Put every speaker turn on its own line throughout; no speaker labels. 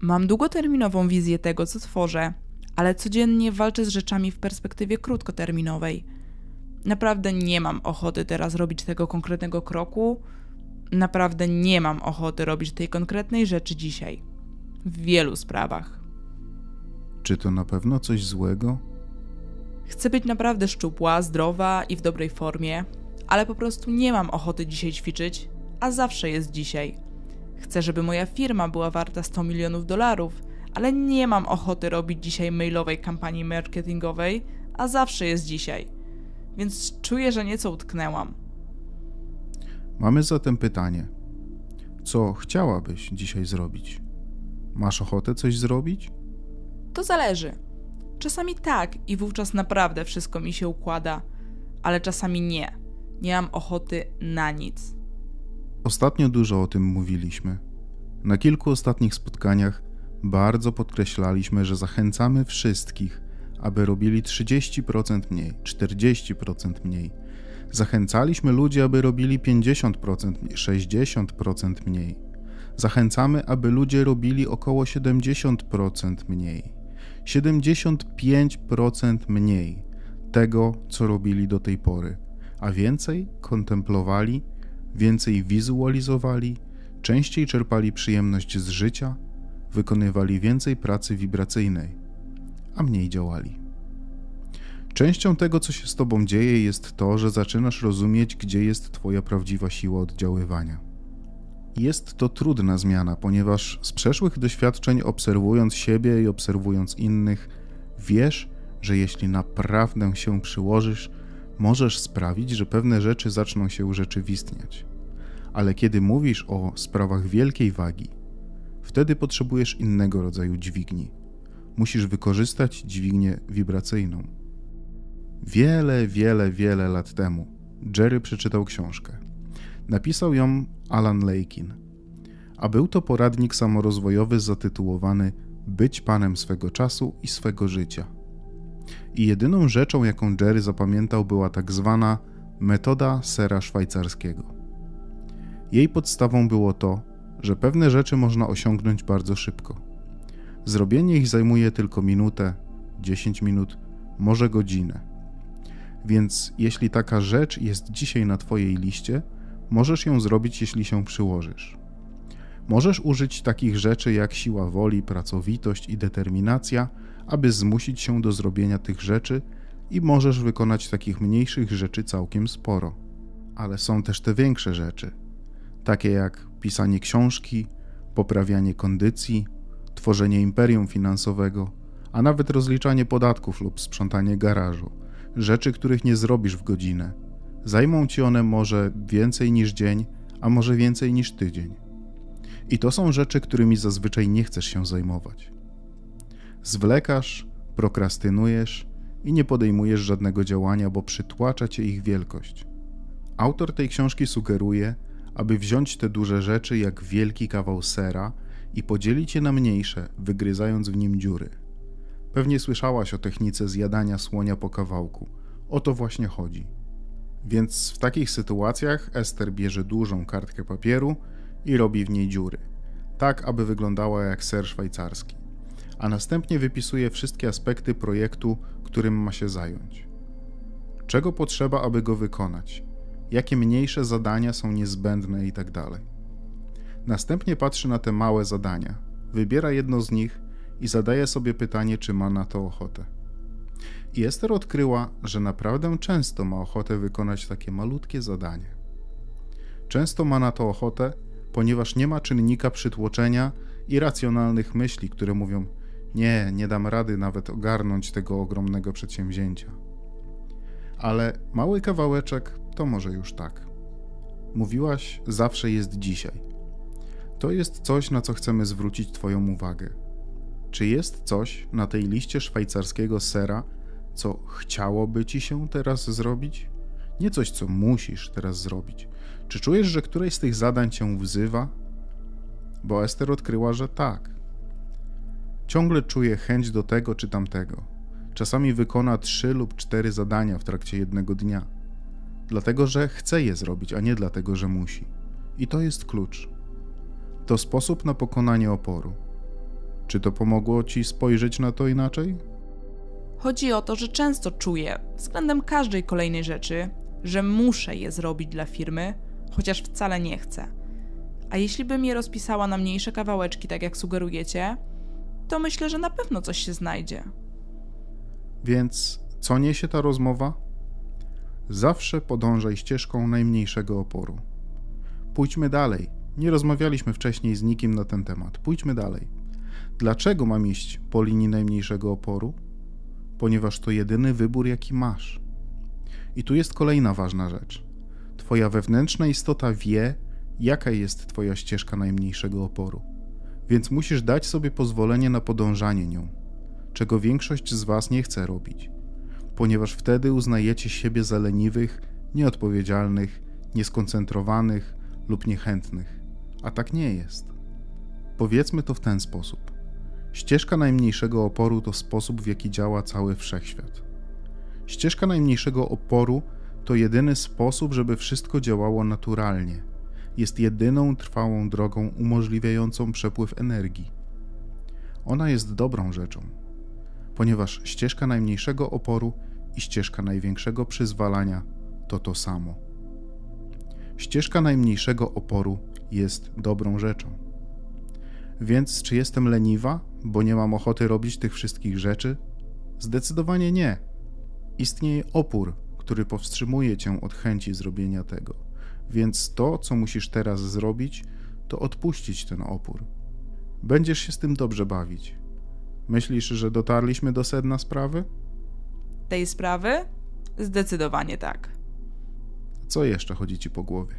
Mam długoterminową wizję tego, co tworzę, ale codziennie walczę z rzeczami w perspektywie krótkoterminowej. Naprawdę nie mam ochoty teraz robić tego konkretnego kroku. Naprawdę nie mam ochoty robić tej konkretnej rzeczy dzisiaj. W wielu sprawach.
Czy to na pewno coś złego?
Chcę być naprawdę szczupła, zdrowa i w dobrej formie, ale po prostu nie mam ochoty dzisiaj ćwiczyć, a zawsze jest dzisiaj. Chcę, żeby moja firma była warta $100 milionów, ale nie mam ochoty robić dzisiaj mailowej kampanii marketingowej, a zawsze jest dzisiaj. Więc czuję, że nieco utknęłam.
Mamy zatem pytanie. Co chciałabyś dzisiaj zrobić? Masz ochotę coś zrobić?
To zależy. Czasami tak i wówczas naprawdę wszystko mi się układa, ale czasami nie. Nie mam ochoty na nic.
Ostatnio dużo o tym mówiliśmy. Na kilku ostatnich spotkaniach bardzo podkreślaliśmy, że zachęcamy wszystkich, aby robili 30% mniej, 40% mniej. Zachęcaliśmy ludzi, aby robili 50% mniej, 60% mniej. Zachęcamy, aby ludzie robili około 70% mniej, 75% mniej tego, co robili do tej pory, a więcej kontemplowali, więcej wizualizowali, częściej czerpali przyjemność z życia, wykonywali więcej pracy wibracyjnej, a mniej działali. Częścią tego, co się z tobą dzieje, jest to, że zaczynasz rozumieć, gdzie jest twoja prawdziwa siła oddziaływania. Jest to trudna zmiana, ponieważ z przeszłych doświadczeń, obserwując siebie i obserwując innych, wiesz, że jeśli naprawdę się przyłożysz, możesz sprawić, że pewne rzeczy zaczną się urzeczywistniać. Ale kiedy mówisz o sprawach wielkiej wagi, wtedy potrzebujesz innego rodzaju dźwigni. Musisz wykorzystać dźwignię wibracyjną. Wiele lat temu Jerry przeczytał książkę. Napisał ją Alan Leikin, a był to poradnik samorozwojowy zatytułowany Być panem swego czasu i swego życia. I jedyną rzeczą, jaką Jerry zapamiętał, była tak zwana metoda sera szwajcarskiego. Jej podstawą było to, że pewne rzeczy można osiągnąć bardzo szybko. Zrobienie ich zajmuje tylko minutę, 10 minut, może godzinę. Więc jeśli taka rzecz jest dzisiaj na twojej liście, możesz ją zrobić, jeśli się przyłożysz. Możesz użyć takich rzeczy jak siła woli, pracowitość i determinacja, aby zmusić się do zrobienia tych rzeczy i możesz wykonać takich mniejszych rzeczy całkiem sporo. Ale są też te większe rzeczy, takie jak pisanie książki, poprawianie kondycji, tworzenie imperium finansowego, a nawet rozliczanie podatków lub sprzątanie garażu. Rzeczy, których nie zrobisz w godzinę. Zajmą ci one może więcej niż dzień, a może więcej niż tydzień. I to są rzeczy, którymi zazwyczaj nie chcesz się zajmować. Zwlekasz, prokrastynujesz i nie podejmujesz żadnego działania, bo przytłacza cię ich wielkość. Autor tej książki sugeruje, aby wziąć te duże rzeczy jak wielki kawał sera i podzielić je na mniejsze, wygryzając w nim dziury. Pewnie słyszałaś o technice zjadania słonia po kawałku. O to właśnie chodzi. Więc w takich sytuacjach Ester bierze dużą kartkę papieru i robi w niej dziury, tak aby wyglądała jak ser szwajcarski, a następnie wypisuje wszystkie aspekty projektu, którym ma się zająć. Czego potrzeba, aby go wykonać? Jakie mniejsze zadania są niezbędne itd. Następnie patrzy na te małe zadania, wybiera jedno z nich i zadaje sobie pytanie, czy ma na to ochotę. I Ester odkryła, że naprawdę często ma ochotę wykonać takie malutkie zadanie. Często ma na to ochotę, ponieważ nie ma czynnika przytłoczenia i racjonalnych myśli, które mówią: nie dam rady nawet ogarnąć tego ogromnego przedsięwzięcia. Ale mały kawałeczek to może już tak. Mówiłaś, zawsze jest dzisiaj. To jest coś, na co chcemy zwrócić twoją uwagę. Czy jest coś na tej liście szwajcarskiego sera, co chciałoby ci się teraz zrobić? Nie coś, co musisz teraz zrobić. Czy czujesz, że któreś z tych zadań cię wzywa? Bo Ester odkryła, że tak. Ciągle czuje chęć do tego czy tamtego. Czasami wykona 3 lub 4 zadania w trakcie jednego dnia. Dlatego, że chce je zrobić, a nie dlatego, że musi. I to jest klucz. To sposób na pokonanie oporu. Czy to pomogło ci spojrzeć na to inaczej?
Chodzi o to, że często czuję względem każdej kolejnej rzeczy, że muszę je zrobić dla firmy, chociaż wcale nie chcę. A jeśli bym je rozpisała na mniejsze kawałeczki, tak jak sugerujecie, to myślę, że na pewno coś się znajdzie.
Więc co niesie ta rozmowa? Zawsze podążaj ścieżką najmniejszego oporu. Pójdźmy dalej. Nie rozmawialiśmy wcześniej z nikim na ten temat. Pójdźmy dalej. Dlaczego mam iść po linii najmniejszego oporu? Ponieważ to jedyny wybór, jaki masz. I tu jest kolejna ważna rzecz. Twoja wewnętrzna istota wie, jaka jest twoja ścieżka najmniejszego oporu. Więc musisz dać sobie pozwolenie na podążanie nią, czego większość z was nie chce robić, ponieważ wtedy uznajecie siebie za leniwych, nieodpowiedzialnych, nieskoncentrowanych lub niechętnych. A tak nie jest. Powiedzmy to w ten sposób. Ścieżka najmniejszego oporu to sposób, w jaki działa cały wszechświat. Ścieżka najmniejszego oporu to jedyny sposób, żeby wszystko działało naturalnie. Jest jedyną trwałą drogą umożliwiającą przepływ energii. Ona jest dobrą rzeczą, ponieważ ścieżka najmniejszego oporu i ścieżka największego przyzwalania to to samo. Ścieżka najmniejszego oporu jest dobrą rzeczą. Więc czy jestem leniwa, bo nie mam ochoty robić tych wszystkich rzeczy? Zdecydowanie nie. Istnieje opór, który powstrzymuje cię od chęci zrobienia tego. Więc to, co musisz teraz zrobić, to odpuścić ten opór. Będziesz się z tym dobrze bawić. Myślisz, że dotarliśmy do sedna sprawy?
Tej sprawy? Zdecydowanie tak.
Co jeszcze chodzi ci po głowie?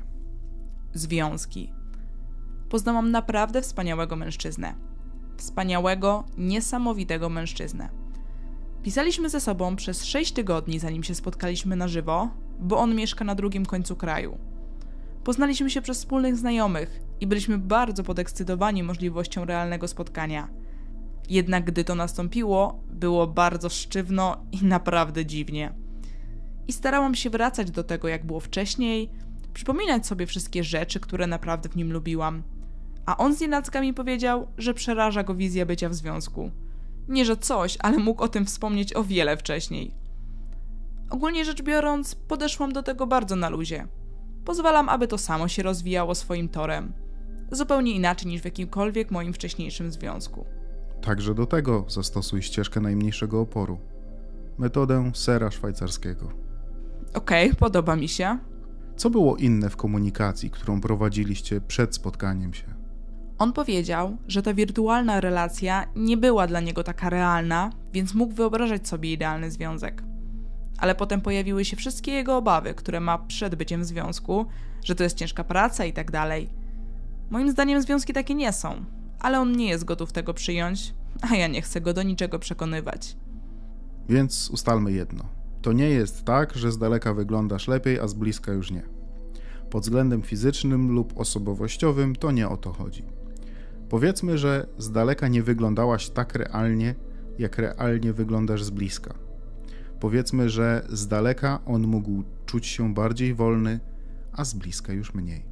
Związki. Poznałam naprawdę wspaniałego mężczyznę. Wspaniałego, niesamowitego mężczyznę. Pisaliśmy ze sobą przez 6 tygodni, zanim się spotkaliśmy na żywo, bo on mieszka na drugim końcu kraju. Poznaliśmy się przez wspólnych znajomych i byliśmy bardzo podekscytowani możliwością realnego spotkania. Jednak gdy to nastąpiło, było bardzo sztywno i naprawdę dziwnie. I starałam się wracać do tego, jak było wcześniej, przypominać sobie wszystkie rzeczy, które naprawdę w nim lubiłam. A on znienacka mi powiedział, że przeraża go wizja bycia w związku. Nie, że coś, ale mógł o tym wspomnieć o wiele wcześniej. Ogólnie rzecz biorąc, podeszłam do tego bardzo na luzie. Pozwalam, aby to samo się rozwijało swoim torem. Zupełnie inaczej niż w jakimkolwiek moim wcześniejszym związku.
Także do tego zastosuj ścieżkę najmniejszego oporu. Metodę sera szwajcarskiego.
Okej, podoba mi się.
Co było inne w komunikacji, którą prowadziliście przed spotkaniem się?
On powiedział, że ta wirtualna relacja nie była dla niego taka realna, więc mógł wyobrażać sobie idealny związek. Ale potem pojawiły się wszystkie jego obawy, które ma przed byciem w związku, że to jest ciężka praca i tak dalej. Moim zdaniem związki takie nie są, ale on nie jest gotów tego przyjąć, a ja nie chcę go do niczego przekonywać.
Więc ustalmy jedno. To nie jest tak, że z daleka wyglądasz lepiej, a z bliska już nie. Pod względem fizycznym lub osobowościowym to nie o to chodzi. Powiedzmy, że z daleka nie wyglądałaś tak realnie, jak realnie wyglądasz z bliska. Powiedzmy, że z daleka on mógł czuć się bardziej wolny, a z bliska już mniej.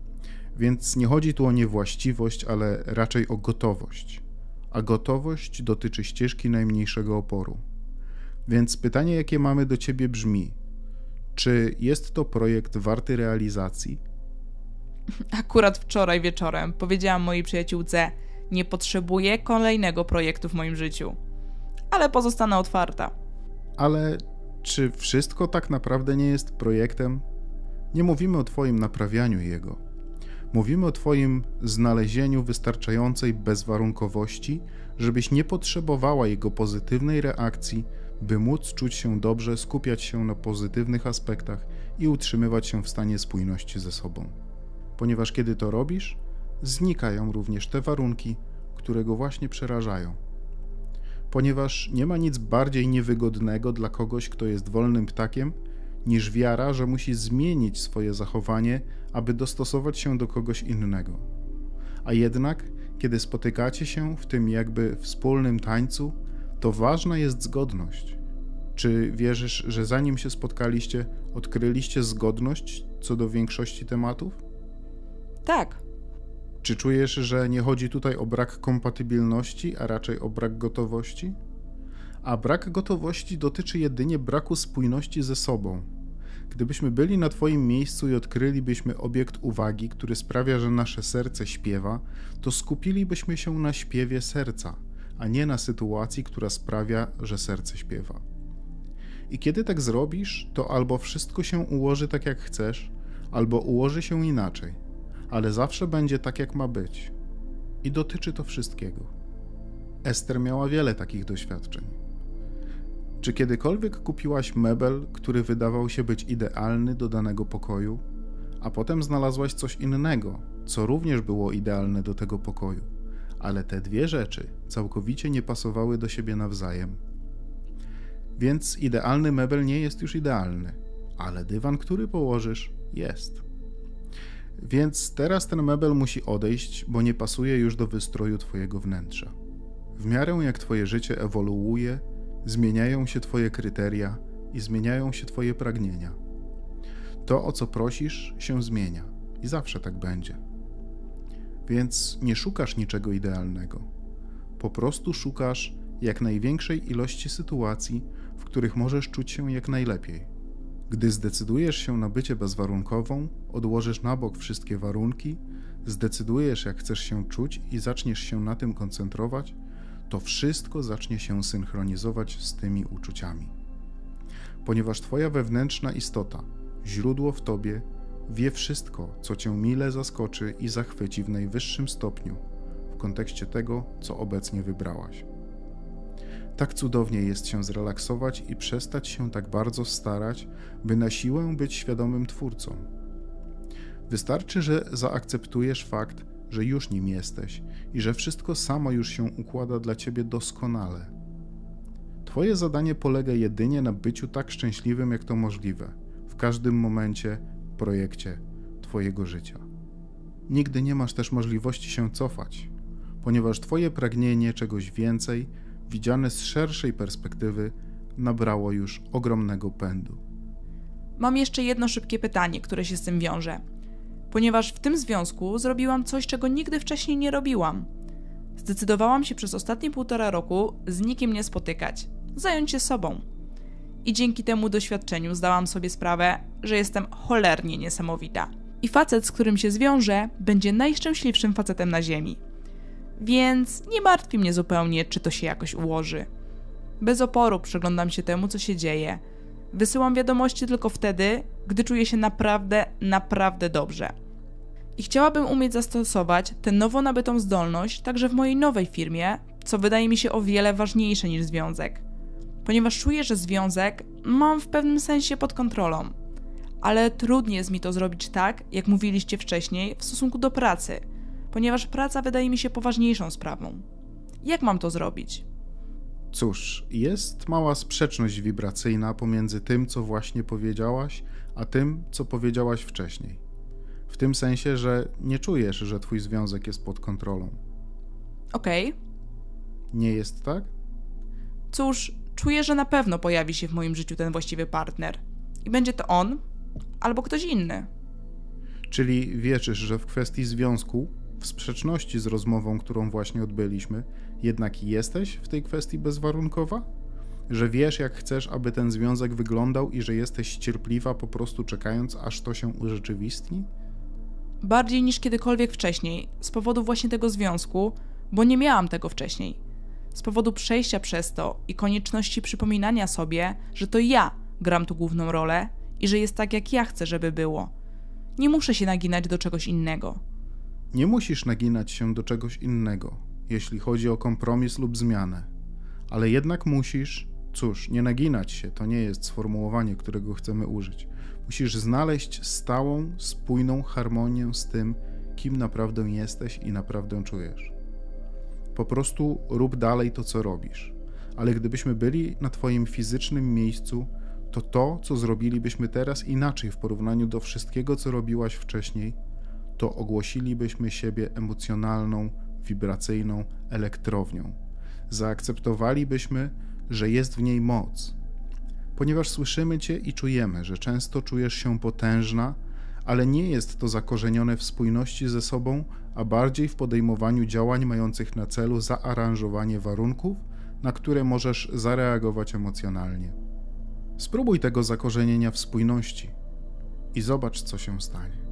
Więc nie chodzi tu o niewłaściwość, ale raczej o gotowość. A gotowość dotyczy ścieżki najmniejszego oporu. Więc pytanie, jakie mamy do ciebie brzmi: czy jest to projekt warty realizacji?
Akurat wczoraj wieczorem powiedziałam mojej przyjaciółce: nie potrzebuję kolejnego projektu w moim życiu. Ale pozostanę otwarta.
Ale czy wszystko tak naprawdę nie jest projektem? Nie mówimy o twoim naprawianiu jego. Mówimy o twoim znalezieniu wystarczającej bezwarunkowości, żebyś nie potrzebowała jego pozytywnej reakcji, by móc czuć się dobrze, skupiać się na pozytywnych aspektach i utrzymywać się w stanie spójności ze sobą. Ponieważ kiedy to robisz, znikają również te warunki, które go właśnie przerażają. Ponieważ nie ma nic bardziej niewygodnego dla kogoś, kto jest wolnym ptakiem, niż wiara, że musi zmienić swoje zachowanie, aby dostosować się do kogoś innego. A jednak, kiedy spotykacie się w tym jakby wspólnym tańcu, to ważna jest zgodność. Czy wierzysz, że zanim się spotkaliście, odkryliście zgodność co do większości tematów?
Tak.
Czy czujesz, że nie chodzi tutaj o brak kompatybilności, a raczej o brak gotowości? A brak gotowości dotyczy jedynie braku spójności ze sobą. Gdybyśmy byli na Twoim miejscu i odkrylibyśmy obiekt uwagi, który sprawia, że nasze serce śpiewa, to skupilibyśmy się na śpiewie serca, a nie na sytuacji, która sprawia, że serce śpiewa. I kiedy tak zrobisz, to albo wszystko się ułoży tak jak chcesz, albo ułoży się inaczej, ale zawsze będzie tak jak ma być. I dotyczy to wszystkiego. Ester miała wiele takich doświadczeń. Czy kiedykolwiek kupiłaś mebel, który wydawał się być idealny do danego pokoju, a potem znalazłaś coś innego, co również było idealne do tego pokoju, ale te dwie rzeczy całkowicie nie pasowały do siebie nawzajem? Więc idealny mebel nie jest już idealny, ale dywan, który położysz, jest. Więc teraz ten mebel musi odejść, bo nie pasuje już do wystroju Twojego wnętrza. W miarę jak Twoje życie ewoluuje, zmieniają się Twoje kryteria i zmieniają się Twoje pragnienia. To, o co prosisz, się zmienia i zawsze tak będzie. Więc nie szukasz niczego idealnego. Po prostu szukasz jak największej ilości sytuacji, w których możesz czuć się jak najlepiej. Gdy zdecydujesz się na bycie bezwarunkową, odłożysz na bok wszystkie warunki, zdecydujesz, jak chcesz się czuć i zaczniesz się na tym koncentrować, to wszystko zacznie się synchronizować z tymi uczuciami. Ponieważ Twoja wewnętrzna istota, źródło w Tobie, wie wszystko, co Cię mile zaskoczy i zachwyci w najwyższym stopniu w kontekście tego, co obecnie wybrałaś. Tak cudownie jest się zrelaksować i przestać się tak bardzo starać, by na siłę być świadomym twórcą. Wystarczy, że zaakceptujesz fakt, że już nim jesteś i że wszystko samo już się układa dla Ciebie doskonale. Twoje zadanie polega jedynie na byciu tak szczęśliwym, jak to możliwe, w każdym momencie, projekcie Twojego życia. Nigdy nie masz też możliwości się cofać, ponieważ Twoje pragnienie czegoś więcej, widziane z szerszej perspektywy, nabrało już ogromnego pędu.
Mam jeszcze jedno szybkie pytanie, które się z tym wiąże. Ponieważ w tym związku zrobiłam coś, czego nigdy wcześniej nie robiłam. Zdecydowałam się przez ostatnie 1,5 roku z nikim nie spotykać, zająć się sobą. I dzięki temu doświadczeniu zdałam sobie sprawę, że jestem cholernie niesamowita. I facet, z którym się zwiążę, będzie najszczęśliwszym facetem na ziemi. Więc nie martwi mnie zupełnie, czy to się jakoś ułoży. Bez oporu przyglądam się temu, co się dzieje. Wysyłam wiadomości tylko wtedy, gdy czuję się naprawdę, naprawdę dobrze. I chciałabym umieć zastosować tę nowo nabytą zdolność także w mojej nowej firmie, co wydaje mi się o wiele ważniejsze niż związek. Ponieważ czuję, że związek mam w pewnym sensie pod kontrolą. Ale trudniej jest mi to zrobić tak, jak mówiliście wcześniej, w stosunku do pracy, ponieważ praca wydaje mi się poważniejszą sprawą. Jak mam to zrobić?
Cóż, jest mała sprzeczność wibracyjna pomiędzy tym, co właśnie powiedziałaś, a tym, co powiedziałaś wcześniej. W tym sensie, że nie czujesz, że twój związek jest pod kontrolą.
Okej.
Nie jest tak?
Cóż, czuję, że na pewno pojawi się w moim życiu ten właściwy partner. I będzie to on, albo ktoś inny.
Czyli wierzysz, że w kwestii związku, w sprzeczności z rozmową, którą właśnie odbyliśmy, jednak jesteś w tej kwestii bezwarunkowa? Że wiesz, jak chcesz, aby ten związek wyglądał i że jesteś cierpliwa, po prostu czekając, aż to się urzeczywistni?
Bardziej niż kiedykolwiek wcześniej, z powodu właśnie tego związku, bo nie miałam tego wcześniej. Z powodu przejścia przez to i konieczności przypominania sobie, że to ja gram tu główną rolę i że jest tak, jak ja chcę, żeby było. Nie muszę się naginać do czegoś innego.
Nie musisz naginać się do czegoś innego, jeśli chodzi o kompromis lub zmianę. Ale jednak musisz, cóż, nie naginać się, to nie jest sformułowanie, którego chcemy użyć. Musisz znaleźć stałą, spójną harmonię z tym, kim naprawdę jesteś i naprawdę czujesz. Po prostu rób dalej to, co robisz. Ale gdybyśmy byli na twoim fizycznym miejscu, to, co zrobilibyśmy teraz inaczej w porównaniu do wszystkiego, co robiłaś wcześniej, to ogłosilibyśmy siebie emocjonalną, wibracyjną elektrownią. Zaakceptowalibyśmy, że jest w niej moc. Ponieważ słyszymy Cię i czujemy, że często czujesz się potężna, ale nie jest to zakorzenione w spójności ze sobą, a bardziej w podejmowaniu działań mających na celu zaaranżowanie warunków, na które możesz zareagować emocjonalnie. Spróbuj tego zakorzenienia w spójności i zobacz, co się stanie.